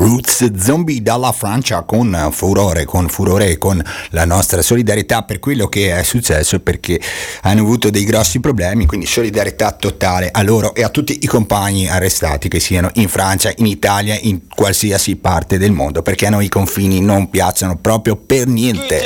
Roots Zombie dalla Francia con furore, con la nostra solidarietà per quello che è successo, perché hanno avuto dei grossi problemi, quindi solidarietà totale a loro e a tutti i compagni arrestati, che siano in Francia, in Italia, in qualsiasi parte del mondo, perché a noi i confini non piacciono proprio per niente.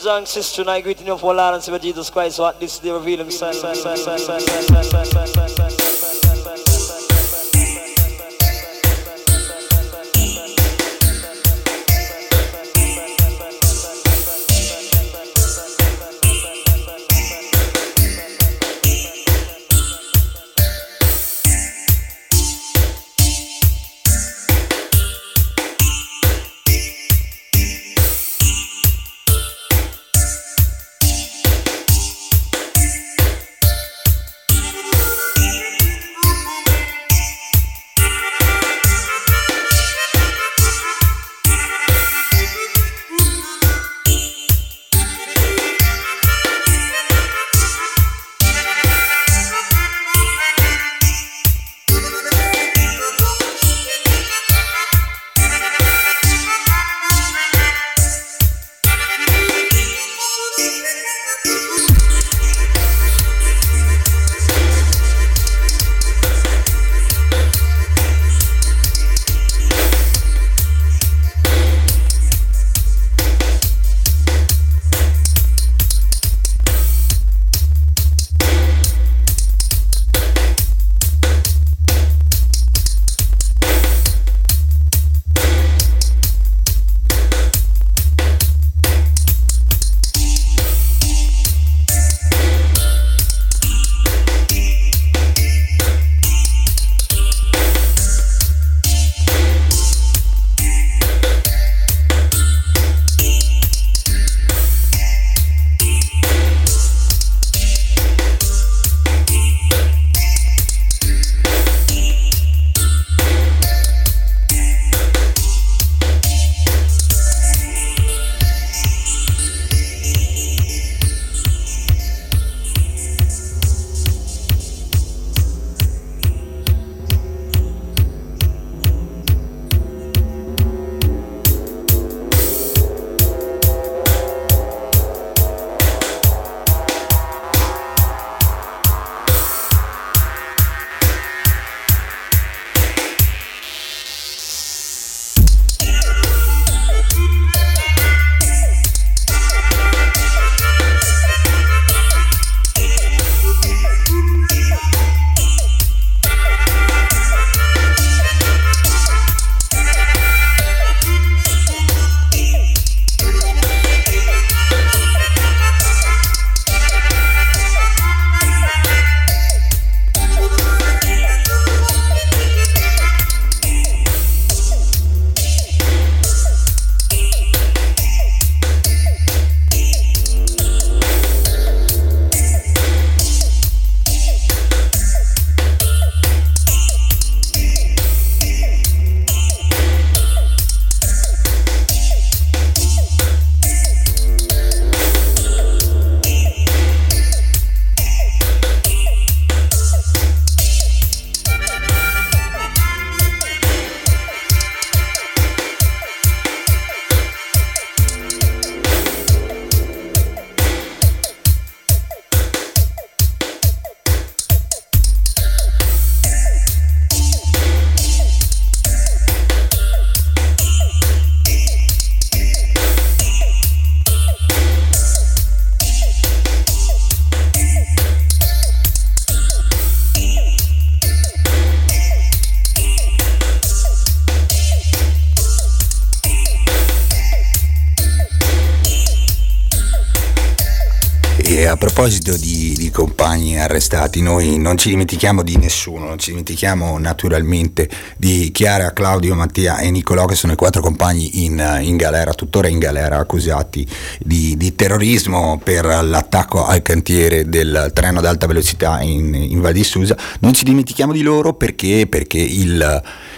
E a proposito di compagni arrestati, noi non ci dimentichiamo di nessuno, non ci dimentichiamo naturalmente di Chiara, Claudio, Mattia e Nicolò, che sono i 4 compagni in galera, tuttora in galera, accusati di terrorismo per l'attacco al cantiere del treno ad alta velocità in Val di Susa. Non ci dimentichiamo di loro perché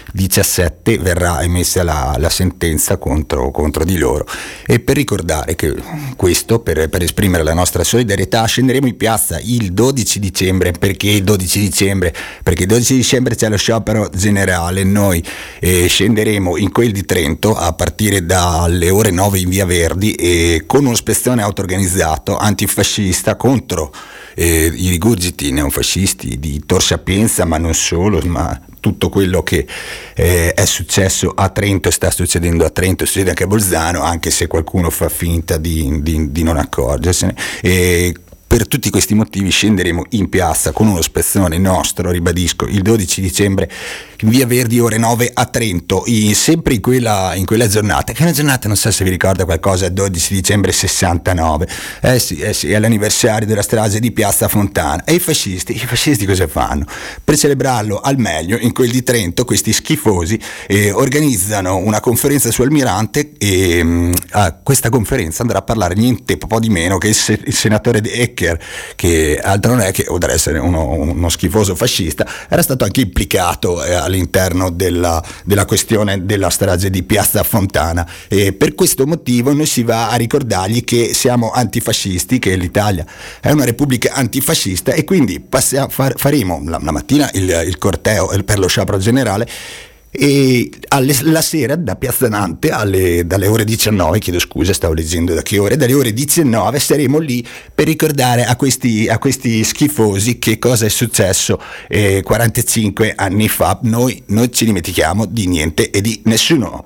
17 verrà emessa la sentenza contro di loro. E per ricordare che questo, per esprimere la nostra solidarietà, scenderemo in piazza il 12 dicembre. Perché il 12 dicembre? Perché il 12 dicembre c'è lo sciopero generale. Noi scenderemo in quel di Trento a partire dalle ore 9 in Via Verdi, e con uno spezzone auto-organizzato antifascista contro i rigurgiti neofascisti di Tor Sapienza, ma non solo, ma tutto quello che è successo a Trento, sta succedendo a Trento, succede anche a Bolzano, anche se qualcuno fa finta di non accorgersene. E per tutti questi motivi scenderemo in piazza con uno spezzone nostro, ribadisco, il 12 dicembre in Via Verdi, ore 9 a Trento, sempre in quella giornata, che è una giornata, non so se vi ricorda qualcosa, 12 dicembre 69, sì, è l'anniversario della strage di Piazza Fontana. E i fascisti cosa fanno? Per celebrarlo al meglio, in quel di Trento, questi schifosi organizzano una conferenza su Almirante, e a questa conferenza andrà a parlare niente po' di meno che il senatore De Eccher, che altro non è che, oltre ad essere uno schifoso fascista, era stato anche implicato all'interno della questione della strage di Piazza Fontana, e per questo motivo noi si va a ricordargli che siamo antifascisti, che l'Italia è una repubblica antifascista, e quindi faremo la mattina il corteo per lo sciopero generale, e la sera da Piazza Dante dalle ore 19, chiedo scusa, stavo leggendo da che ore, dalle ore 19 saremo lì per ricordare a questi schifosi che cosa è successo 45 anni fa. Noi ci dimentichiamo di niente e di nessuno.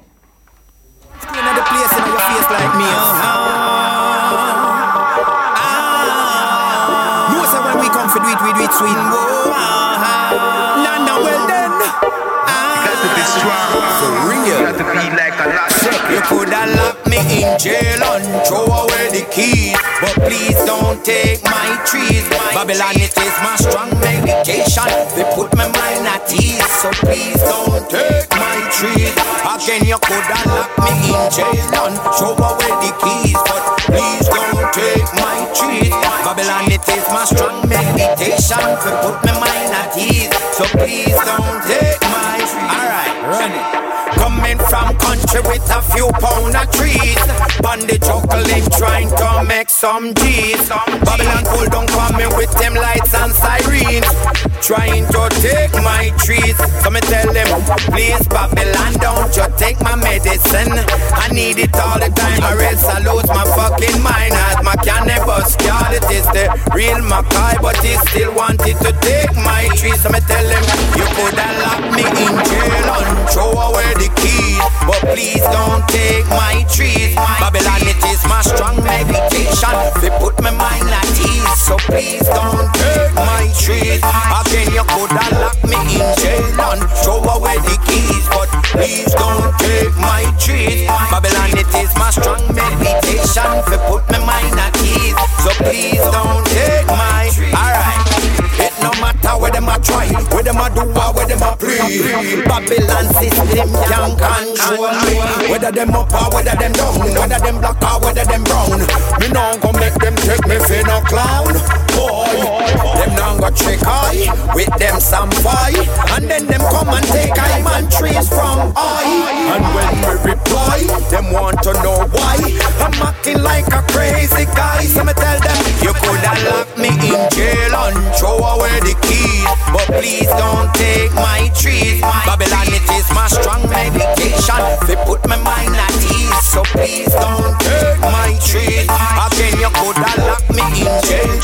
You coulda locked me in jail and throw away the keys, but please don't take my trees. Babylon, it is my strong medication. They put my mind at ease, so please don't take my trees. Again, you coulda locked me in jail and throw away the keys, but please don't take my trees. Babylon, it is my strong meditation. They put my mind at ease, so please don't take my trees. Alright, run it. Coming from country with a few pound of trees, bandit juggling trying to make some G's. Babylon pull down coming with them lights and sirens, trying to take my trees. So me tell them, please Babylon, don't you take my medicine. I need it all the time, or else I lose my fucking mind. As my cannabis card, it is the real Mackay, but he still wanted to take my trees. So me tell him, you coulda locked me in jail and throw away the keys, but please don't take my trees. Babylon, it is my strong meditation. They put my mind at ease, so please don't take my trees. Again, you coulda locked me in jail and throw away the keys, but please don't take my trees. Babylon, it is my strong meditation. They put my mind at ease, so please don't take my trees. Alright. It no matter where them a try, where them a do or where them a play, Babylon system can control me. Whether them up or whether them down, whether them black or whether them brown, me nah go make them take me for no clown. Boy, them nah go trick I with them some boy, and then them come and take I man trees from I. And when we reply, them want to know why I'm acting like a crazy guy. So me tell them, you coulda locked me in jail and throw away the keys, but please don't take my trees. Babylon, it is my strong medication. They put my mind at ease, so please don't take my trees. Again, you coulda locked me in jail.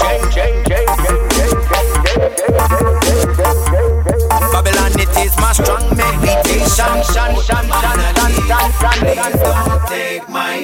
Babylon, it is my strong meditation. Please don't take my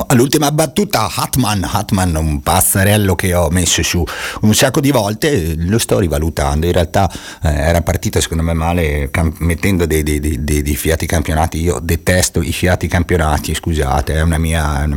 all'ultima battuta Hatman, un passarello che ho messo su un sacco di volte, lo sto rivalutando. In realtà era partito secondo me male, mettendo dei fiati campionati. Io detesto i fiati campionati, scusate, è una mia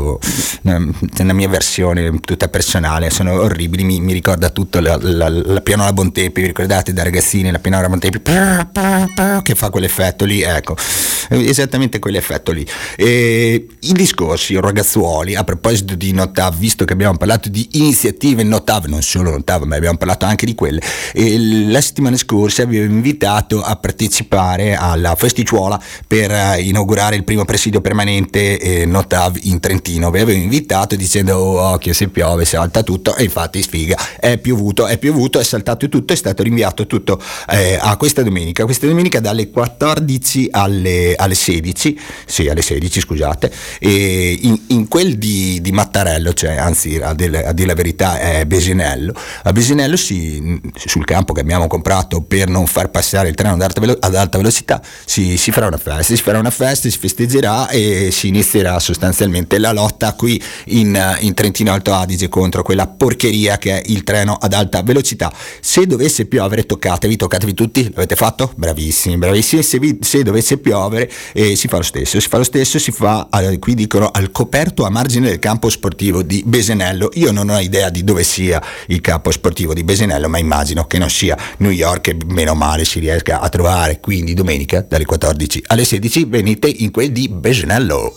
versione tutta personale, sono orribili, mi ricorda tutto la pianola Bontempi, vi ricordate da ragazzini la pianola Bontempi che fa quell'effetto lì, ecco, esattamente quell'effetto lì. E i discorsi ragazzuoli, a proposito di Notav, visto che abbiamo parlato di iniziative Notav, non solo Notav ma abbiamo parlato anche di quelle, e la settimana scorsa vi avevo invitato a partecipare alla festicciuola per inaugurare il primo presidio permanente Notav in Trentino. Vi avevo invitato dicendo occhio, se piove salta tutto, e infatti sfiga, è piovuto, è saltato tutto, è stato rinviato tutto a questa domenica dalle 14 alle 16, sì, alle 16 scusate, e in quel di Mattarello, cioè anzi a dire la verità è Besinello. A Besinello sul campo che abbiamo comprato per non far passare il treno ad alta velocità si farà una festa, si festeggerà e si inizierà sostanzialmente la lotta qui in Trentino Alto Adige contro quella porcheria che è il treno ad alta velocità. Se dovesse piovere toccatevi tutti, l'avete fatto? Bravissimi, se dovesse piovere si fa lo stesso, si fa qui dicono al coperto a margine del campo sportivo di Besinello. Io non ho idea di dove sia il campo sportivo di Besinello, ma immagino che non sia New York, e meno male si riesca a trovare. Quindi domenica dalle 14 alle 16 venite in quel di Besinello.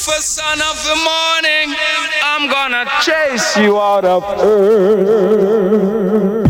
I'm gonna chase you out of earth.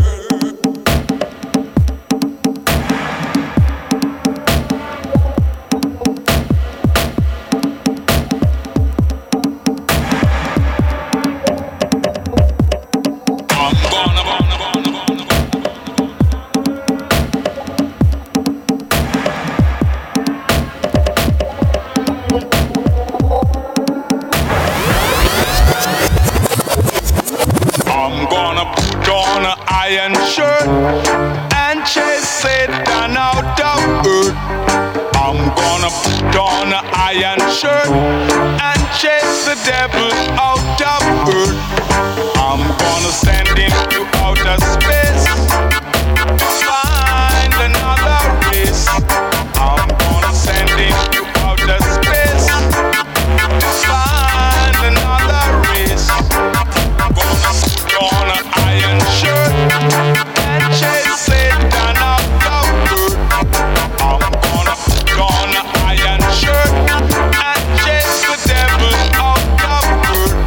Iron shirt and chase Satan out of earth. I'm gonna put on an iron shirt and chase the devil out of earth. I'm gonna send him to outer space to find another race. I'm gonna send him to outer space to find another race. Gonna put on an iron shirt and chase Satan out of earth. I'm gonna put on an iron shirt and chase the devil out of earth.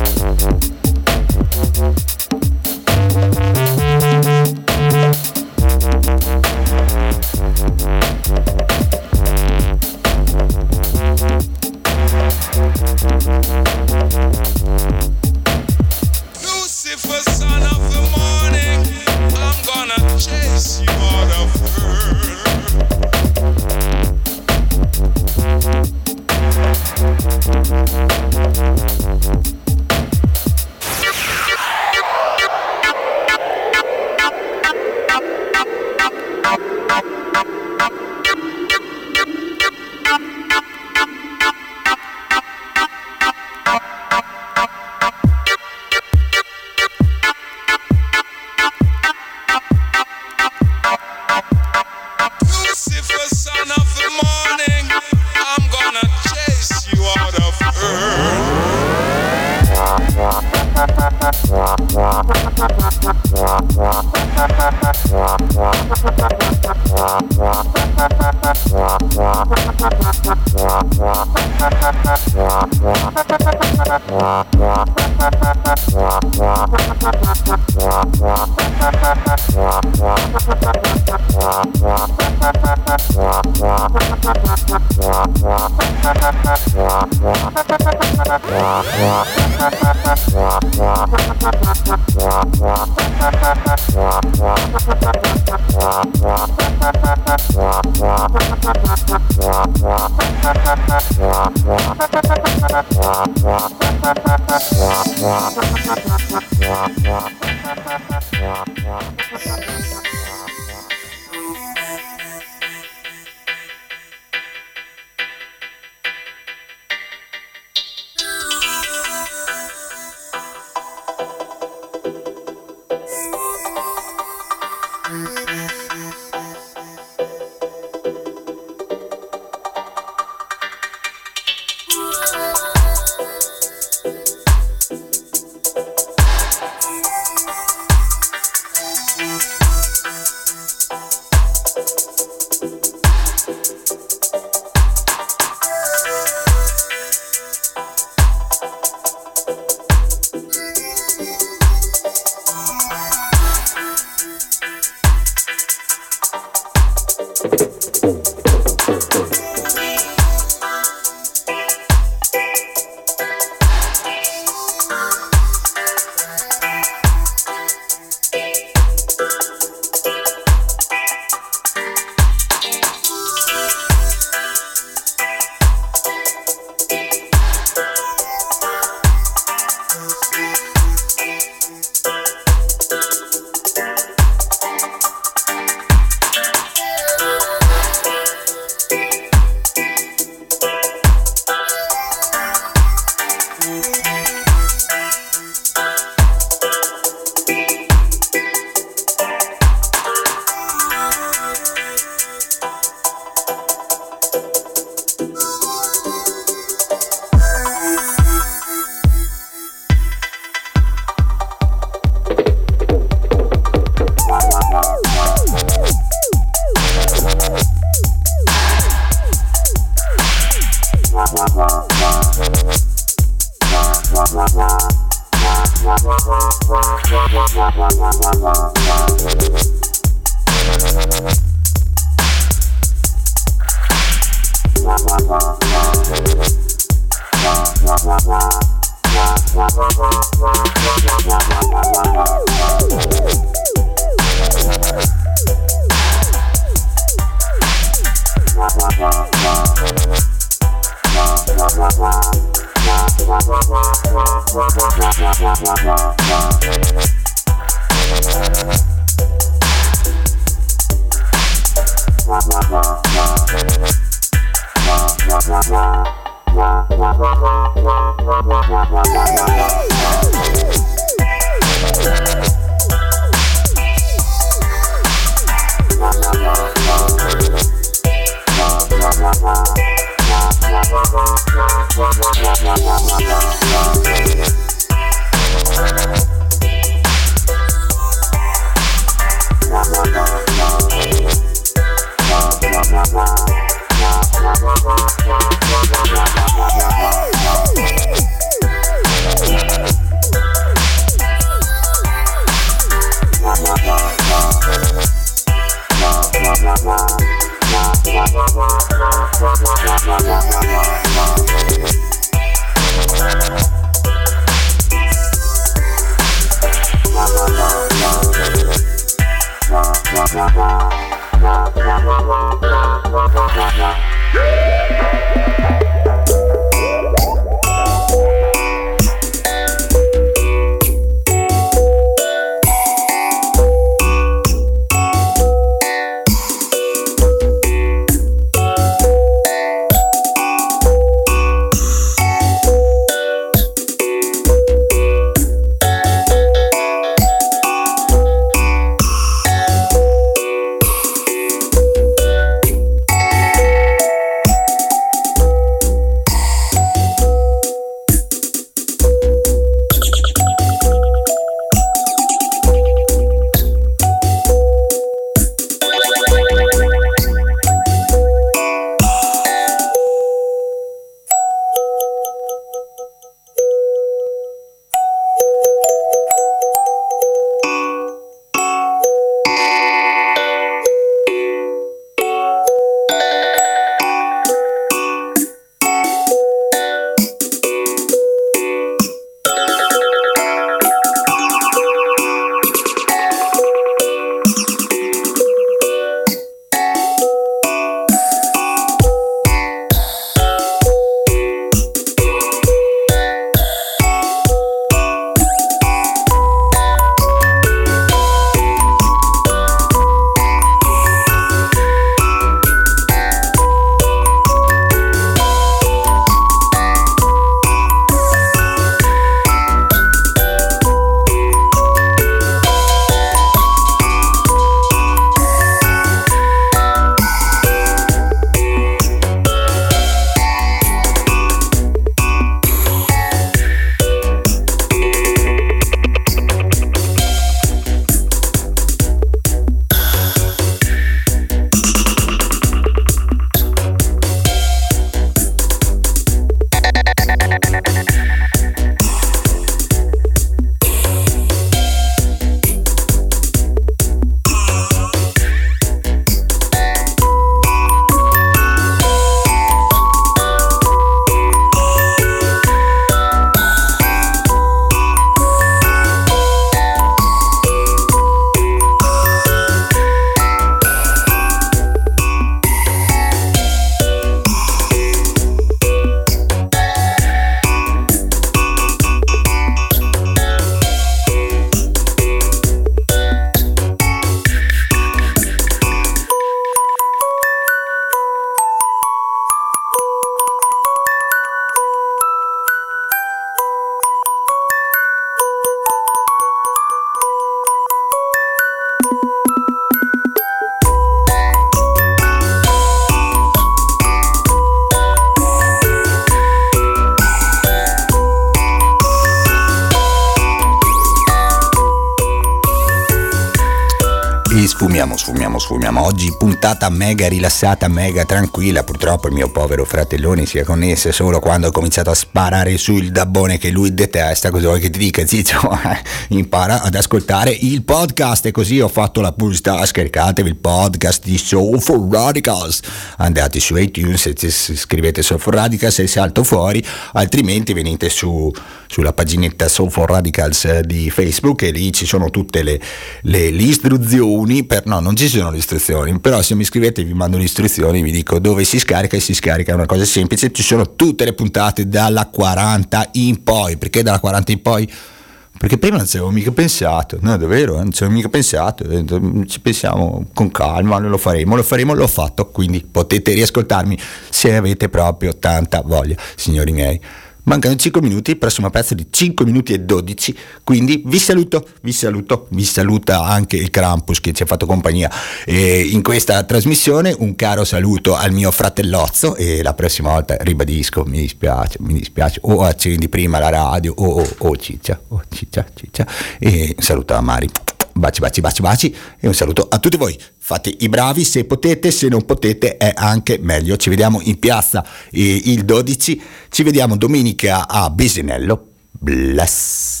sfumiamo. Oggi puntata mega rilassata, mega tranquilla. Purtroppo il mio povero fratellone si è connesso solo quando ho cominciato a sparare sul dabbone che lui detesta. Cosa vuoi che ti dica, zizio? Impara ad ascoltare il podcast, e così ho fatto la pubblicità. Scaricatevi il podcast di Soulful Radicals, andate su iTunes e scrivete Soulful Radicals e salto fuori, altrimenti venite sulla paginetta Soulful Radicals di Facebook, e lì ci sono tutte le istruzioni non ci sono le istruzioni, però se mi scrivete vi mando le istruzioni, vi dico dove si scarica, e si scarica, è una cosa semplice. Ci sono tutte le puntate dalla 40 in poi. Perché dalla 40 in poi? Perché prima non ci avevo mica pensato, no, davvero, non ci avevo mica pensato, ci pensiamo con calma, l'ho faremo, l'ho fatto, quindi potete riascoltarmi se avete proprio tanta voglia, signori miei. Mancano 5 minuti, il prossimo pezzo di 5 minuti e 12, quindi vi saluta anche il Krampus che ci ha fatto compagnia in questa trasmissione. Un caro saluto al mio fratellozzo, e la prossima volta ribadisco, mi dispiace, o accendi prima la radio o ciccia, e un saluto a Mari. Baci, e un saluto a tutti voi. Fate i bravi se potete, se non potete è anche meglio. Ci vediamo in piazza il 12, ci vediamo domenica a Bisinello. Bless.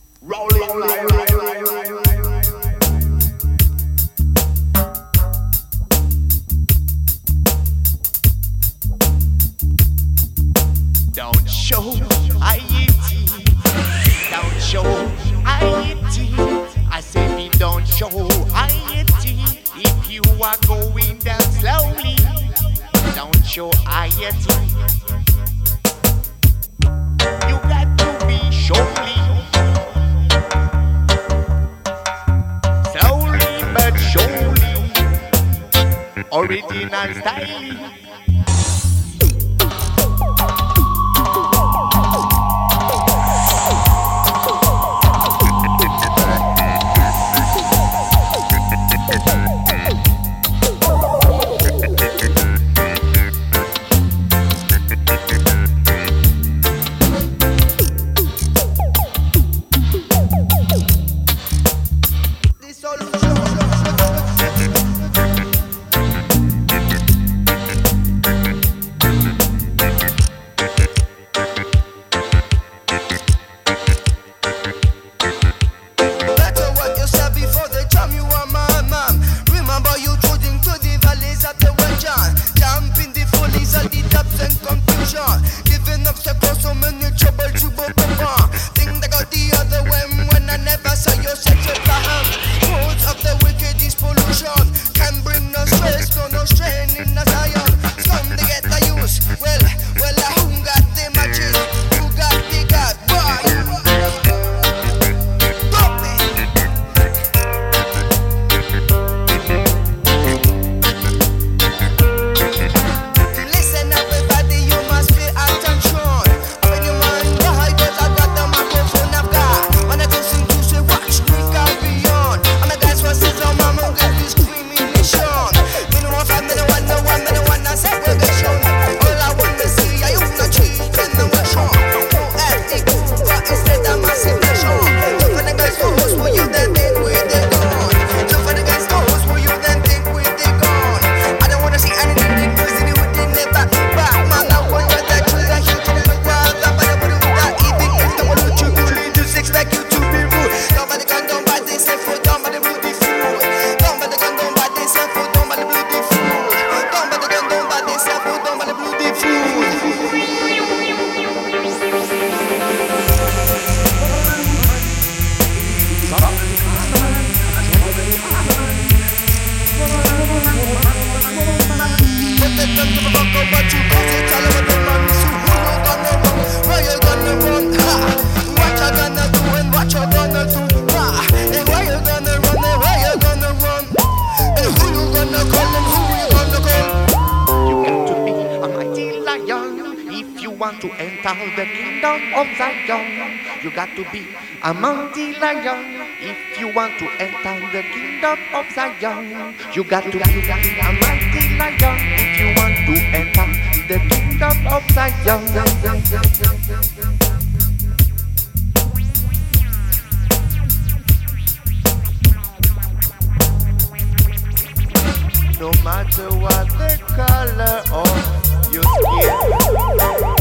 Don't show IET. Don't show IET. I say we don't show IET. If you are going down slowly, don't show IET. You got to be surely. Slowly but surely. Original style. to enter the kingdom of Zion. You got to be a mighty lion if you want to enter the kingdom of Zion. You got to be a mighty lion if you want to enter the kingdom of Zion. no matter what the color of your skin.